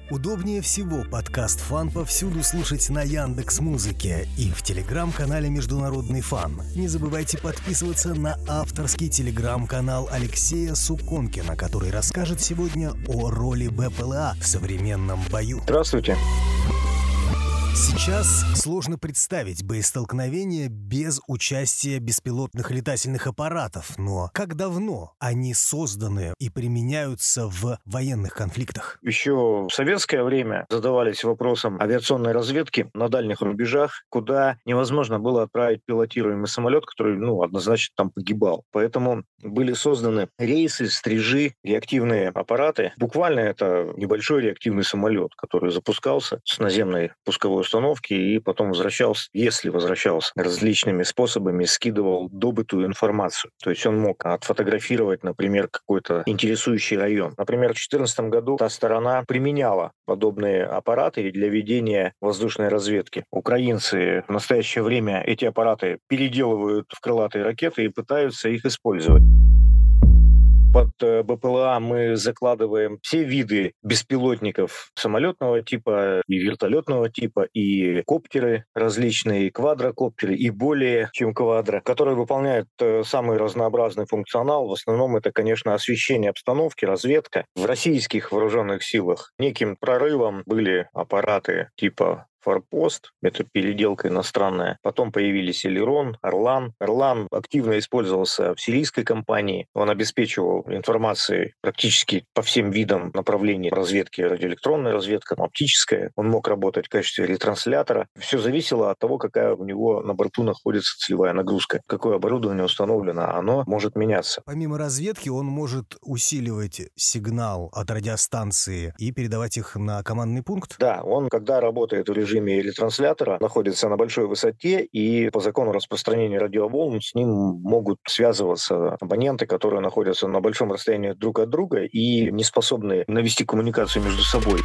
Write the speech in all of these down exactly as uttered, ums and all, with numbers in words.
Удобнее всего подкаст «Фан» повсюду слушать на Яндекс.Музыке и в телеграм-канале «Международный фан». Не забывайте подписываться на авторский телеграм-канал Алексея Суконкина, который расскажет сегодня о роли БПЛА в современном бою. Здравствуйте. Сейчас сложно представить боестолкновение без участия беспилотных летательных аппаратов, но как давно они созданы и применяются в военных конфликтах? Еще в советское время задавались вопросом авиационной разведки на дальних рубежах, куда невозможно было отправить пилотируемый самолет, который, ну, однозначно там погибал. Поэтому были созданы рейсы, стрижи, реактивные аппараты. Буквально это небольшой реактивный самолет, который запускался с наземной пусковой установки и потом возвращался, если возвращался, различными способами скидывал добытую информацию. То есть он мог отфотографировать, например, какой-то интересующий район. Например, в две тысячи четырнадцатом году та сторона применяла подобные аппараты для ведения воздушной разведки. Украинцы в настоящее время эти аппараты переделывают в крылатые ракеты и пытаются их использовать. Под БПЛА мы закладываем все виды беспилотников самолетного типа и вертолетного типа, и коптеры различные, и квадрокоптеры, и более чем квадро, которые выполняют самый разнообразный функционал. В основном это, конечно, освещение обстановки, разведка. В российских вооруженных силах неким прорывом были аппараты типа «Форпост», это переделка иностранная. Потом появились «Элерон», «Орлан». «Орлан» активно использовался в сирийской кампании. Он обеспечивал информацией практически по всем видам направлений разведки: радиоэлектронная разведка, оптическая. Он мог работать в качестве ретранслятора. Все зависело от того, какая у него на борту находится целевая нагрузка. Какое оборудование установлено, оно может меняться. Помимо разведки, он может усиливать сигнал от радиостанции и передавать их на командный пункт? Да, он, когда работает в режиме ретранслятора, находится на большой высоте, и по закону распространения радиоволн с ним могут связываться абоненты, которые находятся на большом расстоянии друг от друга и не способны навести коммуникацию между собой.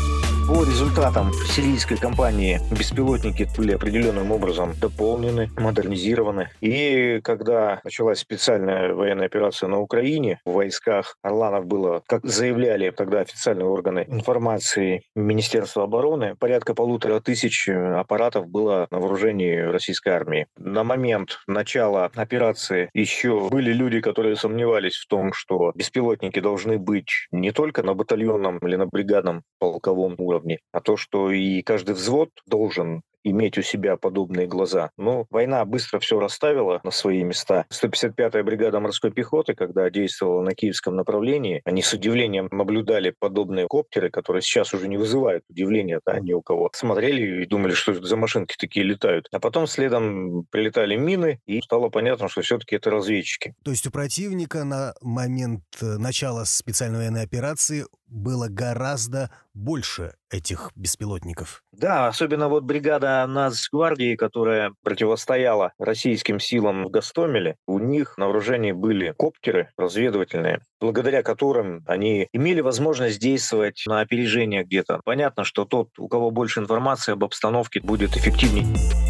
По результатам сирийской кампании беспилотники были определенным образом дополнены, модернизированы. И когда началась специальная военная операция на Украине, в войсках Орланов было, как заявляли тогда официальные органы информации Министерства обороны, порядка полутора тысяч аппаратов было на вооружении российской армии. На момент начала операции еще были люди, которые сомневались в том, что беспилотники должны быть не только на батальонном или на бригадном полковом уровне, а то, что и каждый взвод должен иметь у себя подобные глаза. Но война быстро все расставила на свои места. сто пятьдесят пятая бригада морской пехоты, когда действовала на киевском направлении, они с удивлением наблюдали подобные коптеры, которые сейчас уже не вызывают удивления, да, ни у кого. Смотрели и думали, что это за машинки такие летают. А потом следом прилетали мины, и стало понятно, что все-таки это разведчики. То есть у противника на момент начала специальной военной операции было гораздо больше этих беспилотников. Да, особенно вот бригада Нацгвардии, которая противостояла российским силам в Гостомеле, у них на вооружении были коптеры разведывательные, благодаря которым они имели возможность действовать на опережение где-то. Понятно, что тот, у кого больше информации об обстановке, будет эффективнее.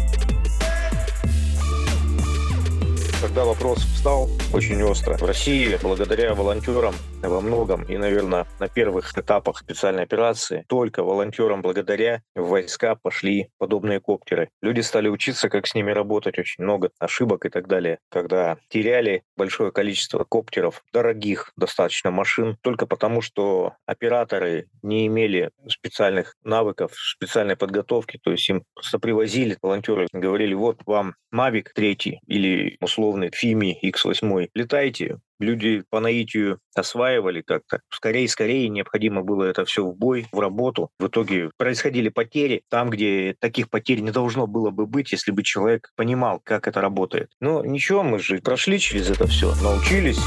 Когда вопрос встал очень остро, в России, благодаря волонтерам во многом, и, наверное, на первых этапах специальной операции, только волонтерам благодаря в войска пошли подобные коптеры. Люди стали учиться, как с ними работать, очень много ошибок и так далее. Когда теряли большое количество коптеров, дорогих достаточно машин, только потому, что операторы не имели специальных навыков, специальной подготовки, то есть им просто привозили волонтеры, говорили: вот вам Мавик три или условный Фими икс восемь, летайте. Люди по наитию осваивали как-то. Скорее, скорее необходимо было это все в бой, в работу. В итоге происходили потери там, где таких потерь не должно было бы быть, если бы человек понимал, как это работает. Но ничего, мы же прошли через это все, научились.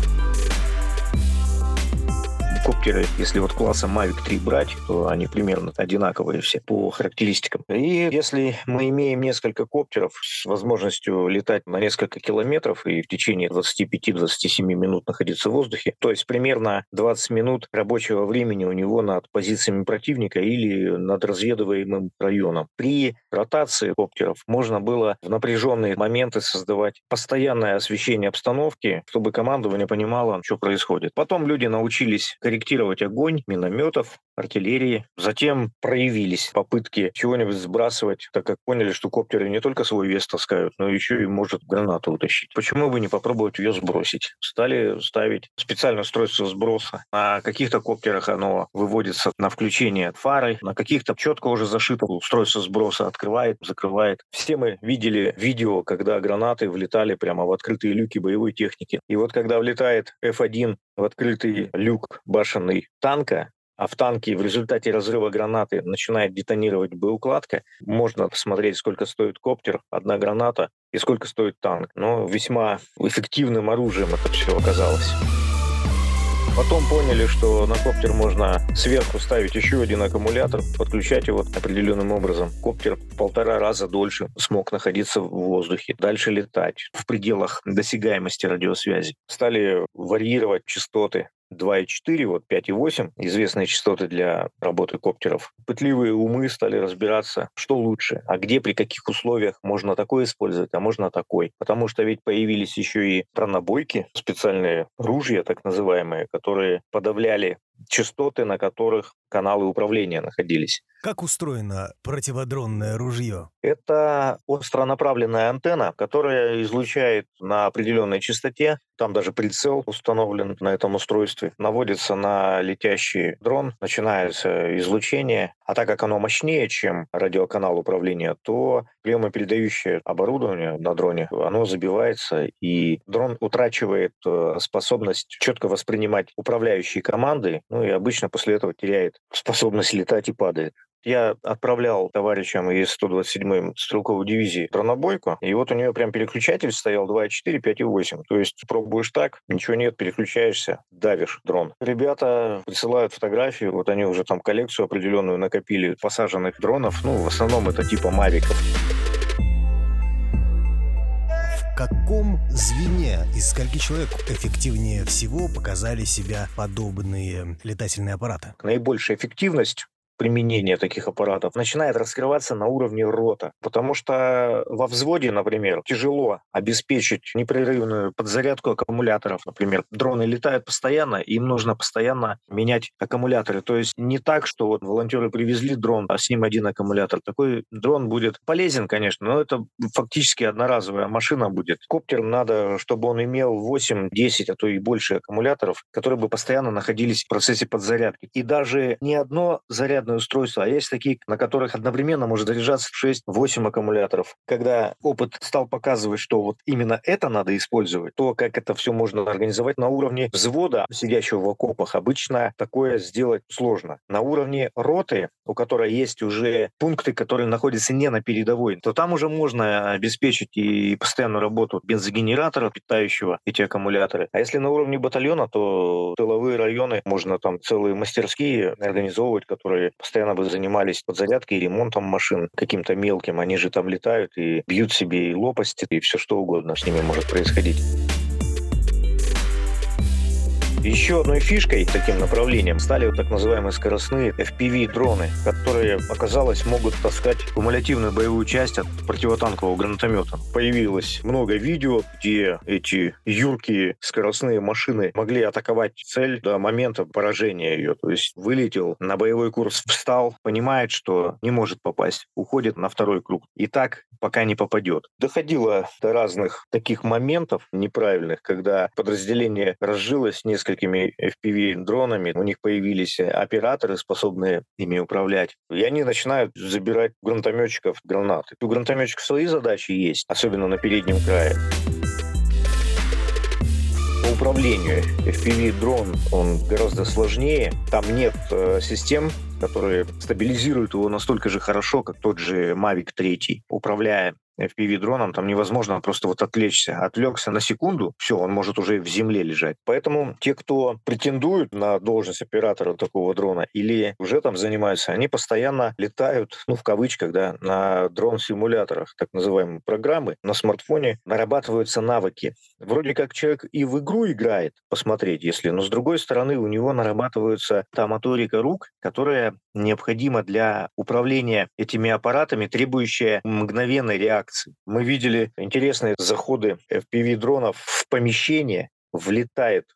Коптеры, если вот класса Мавик три брать, то они примерно одинаковые все по характеристикам. И если мы имеем несколько коптеров с возможностью летать на несколько километров и в течение двадцати пяти - двадцати семи минут находиться в воздухе, то есть примерно двадцать минут рабочего времени у него над позициями противника или над разведываемым районом. При ротации коптеров можно было в напряженные моменты создавать постоянное освещение обстановки, чтобы командование понимало, что происходит. Потом люди научились корректировать корректировать огонь минометов, артиллерии. Затем проявились попытки чего-нибудь сбрасывать, так как поняли, что коптеры не только свой вес таскают, но еще и может гранату утащить. Почему бы не попробовать ее сбросить? Стали ставить специальное устройство сброса. На каких-то коптерах оно выводится на включение фары, на каких-то четко уже зашито устройство сброса, открывает, закрывает. Все мы видели видео, когда гранаты влетали прямо в открытые люки боевой техники. И вот когда влетает эф один в открытый люк башенный танка, а в танке в результате разрыва гранаты начинает детонировать боеукладка, можно посмотреть, сколько стоит коптер, одна граната и сколько стоит танк. Но весьма эффективным оружием это все оказалось. Потом поняли, что на коптер можно сверху ставить еще один аккумулятор, подключать его определенным образом. Коптер в полтора раза дольше смог находиться в воздухе, дальше летать в пределах досягаемости радиосвязи. Стали варьировать частоты два и четыре, вот пять и восемь, известные частоты для работы коптеров. Пытливые умы стали разбираться, что лучше, а где, при каких условиях можно такой использовать, а можно такой. Потому что ведь появились еще и бронебойки, специальные ружья, так называемые, которые подавляли частоты, на которых каналы управления находились. Как устроено противодронное ружье? Это остронаправленная антенна, которая излучает на определенной частоте. Там даже прицел установлен на этом устройстве. Наводится на летящий дрон, начинается излучение. А так как оно мощнее, чем радиоканал управления, то приемопередающее оборудование на дроне, оно забивается, и дрон утрачивает способность четко воспринимать управляющие команды, ну и обычно после этого теряет способность летать и падает. Я отправлял товарищам из сто двадцать седьмой стрелковой дивизии бронебойку, и вот у нее прям переключатель стоял два и четыре, пять и восемь. То есть пробуешь так, ничего нет, переключаешься, давишь дрон. Ребята присылают фотографии, вот они уже там коллекцию определенную накопили посаженных дронов, ну, в основном это типа мавиков. В каком звене из скольки человек эффективнее всего показали себя подобные летательные аппараты? Наибольшая эффективность применение таких аппаратов начинает раскрываться на уровне рота. Потому что во взводе, например, тяжело обеспечить непрерывную подзарядку аккумуляторов. Например, дроны летают постоянно, им нужно постоянно менять аккумуляторы. То есть не так, что вот волонтеры привезли дрон, а с ним один аккумулятор. Такой дрон будет полезен, конечно, но это фактически одноразовая машина будет. Коптерам надо, чтобы он имел восемь-десять, а то и больше аккумуляторов, которые бы постоянно находились в процессе подзарядки. И даже не одно зарядное устройства, а есть такие, на которых одновременно может заряжаться шесть-восемь аккумуляторов. Когда опыт стал показывать, что вот именно это надо использовать, то как это все можно организовать на уровне взвода, сидящего в окопах, обычно такое сделать сложно. На уровне роты, у которой есть уже пункты, которые находятся не на передовой, то там уже можно обеспечить и постоянную работу бензогенератора, питающего эти аккумуляторы. А если на уровне батальона, то тыловые районы можно там целые мастерские организовывать, которые постоянно бы занимались подзарядкой и ремонтом машин каким-то мелким. Они же там летают и бьют себе и лопасти, и все что угодно с ними может происходить. Еще одной фишкой, таким направлением, стали вот так называемые скоростные эф пи ви-дроны, которые, оказалось, могут таскать кумулятивную боевую часть от противотанкового гранатомета. Появилось много видео, где эти юркие скоростные машины могли атаковать цель до момента поражения ее. То есть вылетел, на боевой курс встал, понимает, что не может попасть, уходит на второй круг. И так пока не попадет. Доходило до разных таких моментов неправильных, когда подразделение разжилось несколькими эф пи ви-дронами, у них появились операторы, способные ими управлять, и они начинают забирать у гранатометчиков гранаты. У гранатометчиков свои задачи есть, особенно на переднем крае. По управлению эф пи ви-дрон, он гораздо сложнее, там нет э, систем, которые стабилизируют его настолько же хорошо, как тот же Mavic три. Управляя эф пи ви-дроном, там невозможно просто вот отвлечься. Отвлекся на секунду, все, он может уже в земле лежать. Поэтому те, кто претендуют на должность оператора такого дрона или уже там занимаются, они постоянно летают, ну, в кавычках, да, на дрон-симуляторах, так называемые программы. На смартфоне нарабатываются навыки. Вроде как человек и в игру играет, посмотреть, если, но с другой стороны у него нарабатывается та моторика рук, которая необходима для управления этими аппаратами, требующая мгновенной реакции. Мы видели интересные заходы эф пи ви-дронов в помещение, влетает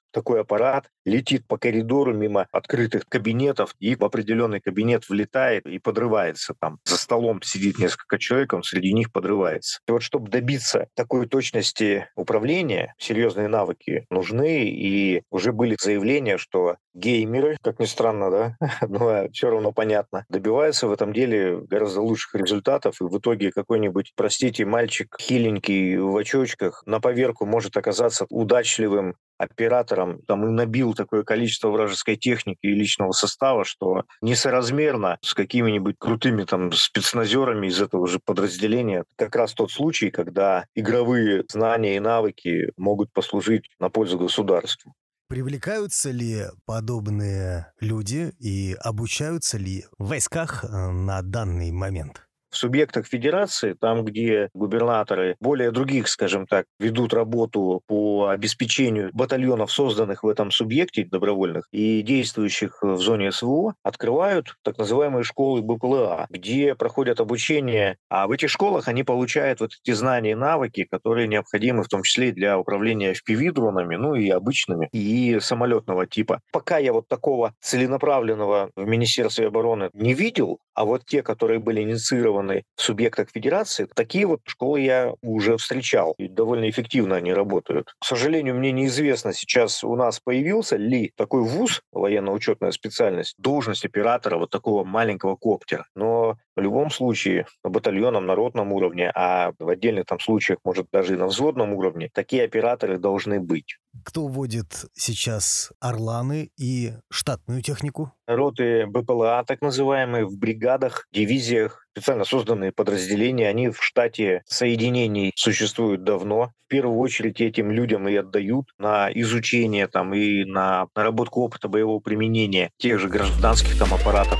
такой аппарат летит по коридору мимо открытых кабинетов и в определенный кабинет влетает и подрывается там. За столом сидит несколько человек, он среди них подрывается. И вот чтобы добиться такой точности управления, серьезные навыки нужны, и уже были заявления, что геймеры, как ни странно, да, но все равно понятно, добиваются в этом деле гораздо лучших результатов, и в итоге какой-нибудь, простите, мальчик хиленький в очочках на поверку может оказаться удачливым оператором, там, и набил такое количество вражеской техники и личного состава, что несоразмерно с какими-нибудь крутыми там спецназерами из этого же подразделения. Как раз тот случай, когда игровые знания и навыки могут послужить на пользу государству. Привлекаются ли подобные люди и обучаются ли в войсках на данный момент? В субъектах федерации, там, где губернаторы более других, скажем так, ведут работу по обеспечению батальонов, созданных в этом субъекте добровольных и действующих в зоне СВО, открывают так называемые школы БПЛА, где проходят обучение, а в этих школах они получают вот эти знания и навыки, которые необходимы в том числе и для управления эф пи ви-дронами, ну и обычными, и самолетного типа. Пока я вот такого целенаправленного в Министерстве обороны не видел, а вот те, которые были инициированы в субъектах федерации, такие вот школы я уже встречал. И довольно эффективно они работают. К сожалению, мне неизвестно, сейчас у нас появился ли такой вуз, военно-учетная специальность, должность оператора вот такого маленького коптера. Но в любом случае на батальонном, народном уровне, а в отдельных там случаях, может, даже и на взводном уровне, такие операторы должны быть. Кто вводит сейчас «Орланы» и штатную технику? Роты БПЛА, так называемые, в бригадах, дивизиях, специально созданные подразделения, они в штате соединений существуют давно. В первую очередь этим людям и отдают на изучение там, и на наработку опыта боевого применения тех же гражданских там аппаратов.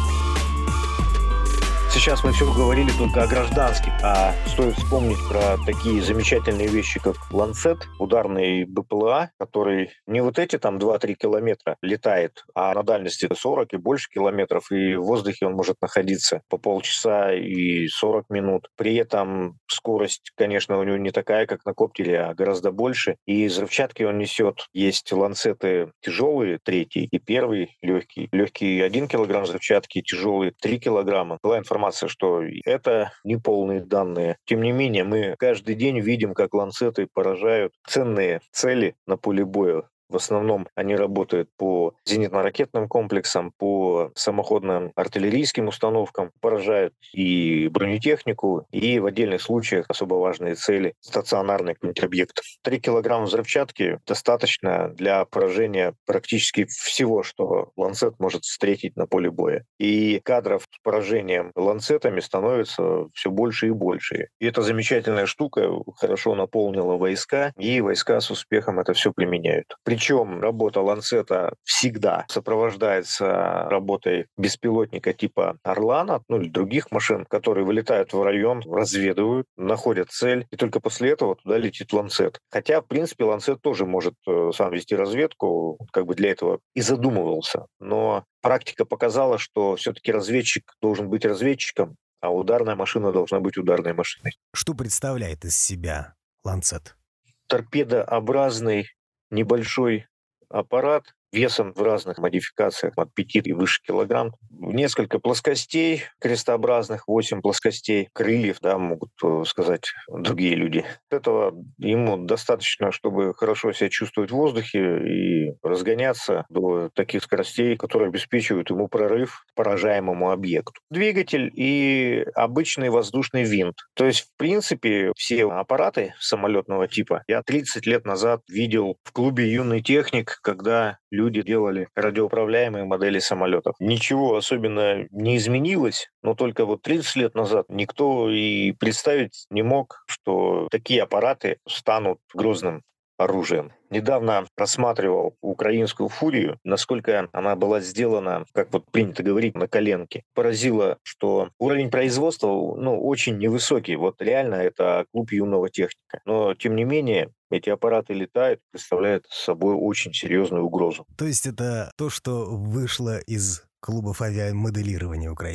Сейчас мы все говорили только о гражданских, а стоит вспомнить про такие замечательные вещи, как «Ланцет», ударный БПЛА, который не вот эти там два-три километра летает, а на дальности сорок и больше километров, и в воздухе он может находиться по полчаса и сорок минут. При этом скорость, конечно, у него не такая, как на коптере, а гораздо больше, и взрывчатки он несет. Есть «Ланцеты» тяжелые, третий, и первый легкий. Легкий один килограмм взрывчатки, тяжелый три килограмма. Была информация, что это неполные данные. Тем не менее, мы каждый день видим, как ланцеты поражают ценные цели на поле боя. В основном они работают по зенитно-ракетным комплексам, по самоходным артиллерийским установкам, поражают и бронетехнику, и в отдельных случаях особо важные цели, стационарный какой-нибудь объект. Три килограмма взрывчатки достаточно для поражения практически всего, что ланцет может встретить на поле боя. И кадров с поражением ланцетами становится все больше и больше. И эта замечательная штука хорошо наполнила войска, и войска с успехом это все применяют. Причем работа ланцета всегда сопровождается работой беспилотника типа «Орлана», ну или других машин, которые вылетают в район, разведывают, находят цель, и только после этого туда летит ланцет. Хотя, в принципе, ланцет тоже может э, сам вести разведку, как бы для этого и задумывался. Но практика показала, что все-таки разведчик должен быть разведчиком, а ударная машина должна быть ударной машиной. Что представляет из себя ланцет? Торпедообразный небольшой аппарат весом в разных модификациях от пяти и выше килограмм. Несколько плоскостей крестообразных, восемь плоскостей, крыльев, да, могут сказать другие люди. Этого ему достаточно, чтобы хорошо себя чувствовать в воздухе и разгоняться до таких скоростей, которые обеспечивают ему прорыв к поражаемому объекту. Двигатель и обычный воздушный винт. То есть, в принципе, все аппараты самолетного типа я тридцать лет назад видел в клубе «Юный техник», когда люди делали радиоуправляемые модели самолетов. Ничего особенно не изменилось, но только вот тридцать лет назад никто и представить не мог, что такие аппараты станут грозным оружием. Недавно рассматривал украинскую «Фурию», насколько она была сделана, как вот принято говорить, на коленке. Поразило, что уровень производства ну, очень невысокий. Вот реально это клуб юного техника. Но, тем не менее, эти аппараты летают, представляют собой очень серьезную угрозу. То есть это то, что вышло из клубов авиамоделирования украинских?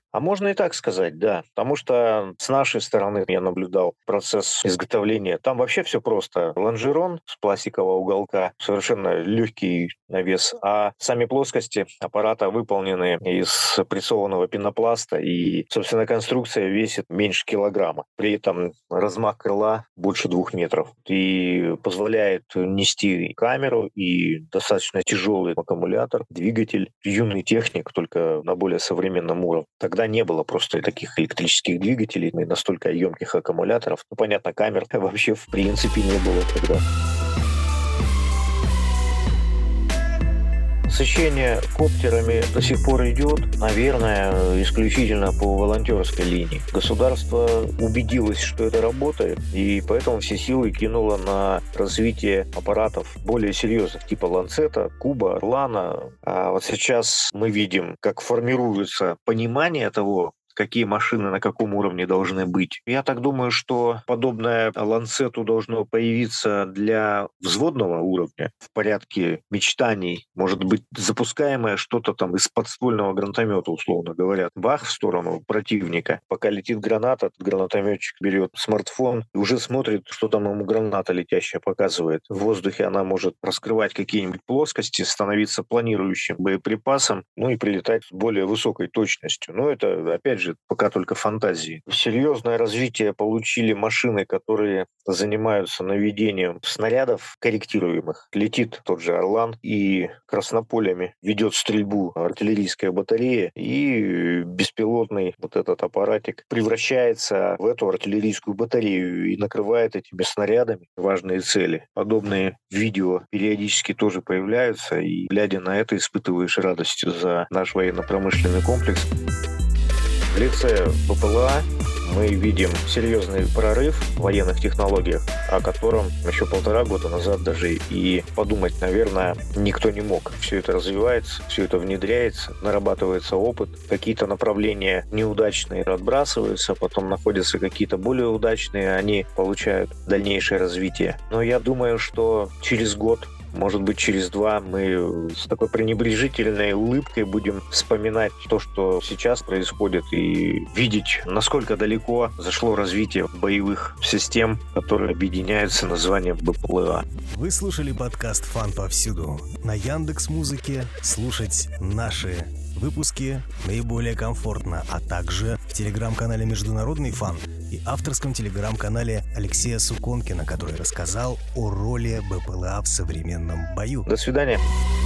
А можно и так сказать, да. Потому что с нашей стороны я наблюдал процесс изготовления. Там вообще все просто. Лонжерон с пластикового уголка, совершенно легкий на вес, а сами плоскости аппарата выполнены из прессованного пенопласта, и, собственно, конструкция весит меньше килограмма. При этом размах крыла больше двух метров и позволяет нести камеру и достаточно тяжелый аккумулятор, двигатель. Юный техник, только на более современном уровне. Тогда не было просто таких электрических двигателей и настолько емких аккумуляторов. Ну, понятно, камер вообще в принципе не было тогда. Насыщение коптерами до сих пор идет, наверное, исключительно по волонтерской линии. Государство убедилось, что это работает, и поэтому все силы кинуло на развитие аппаратов более серьезных, типа Ланцета, Куба, Орлана. А вот сейчас мы видим, как формируется понимание того, какие машины на каком уровне должны быть. Я так думаю, что подобное Ланцету должно появиться для взводного уровня в порядке мечтаний. Может быть, запускаемое что-то там из подствольного гранатомета, условно говоря. Бах в сторону противника. Пока летит граната, гранатометчик берет смартфон и уже смотрит, что там ему граната летящая показывает. В воздухе она может раскрывать какие-нибудь плоскости, становиться планирующим боеприпасом, ну и прилетать с более высокой точностью. Но это, опять же, пока только фантазии. Серьезное развитие получили машины, которые занимаются наведением снарядов корректируемых. Летит тот же Орлан и краснополями ведет стрельбу артиллерийская батарея, и беспилотный вот этот аппаратик превращается в эту артиллерийскую батарею и накрывает этими снарядами важные цели. Подобные видео периодически тоже появляются, и, глядя на это, испытываешь радость за наш военно-промышленный комплекс. В лице БПЛА мы видим серьезный прорыв в военных технологиях, о котором еще полтора года назад даже и подумать, наверное, никто не мог. Все это развивается, все это внедряется, нарабатывается опыт, какие-то направления неудачные отбрасываются, потом находятся какие-то более удачные, они получают дальнейшее развитие. Но я думаю, что через год, может быть, через два мы с такой пренебрежительной улыбкой будем вспоминать то, что сейчас происходит, и видеть, насколько далеко зашло развитие боевых систем, которые объединяются названием БПЛА. Вы слушали подкаст «Фан повсюду». На Яндекс.Музыке слушать наши выпуски наиболее комфортно, а также в телеграм-канале «Международный фан» и авторском телеграм-канале Алексея Суконкина, который рассказал о роли БПЛА в современном бою. До свидания.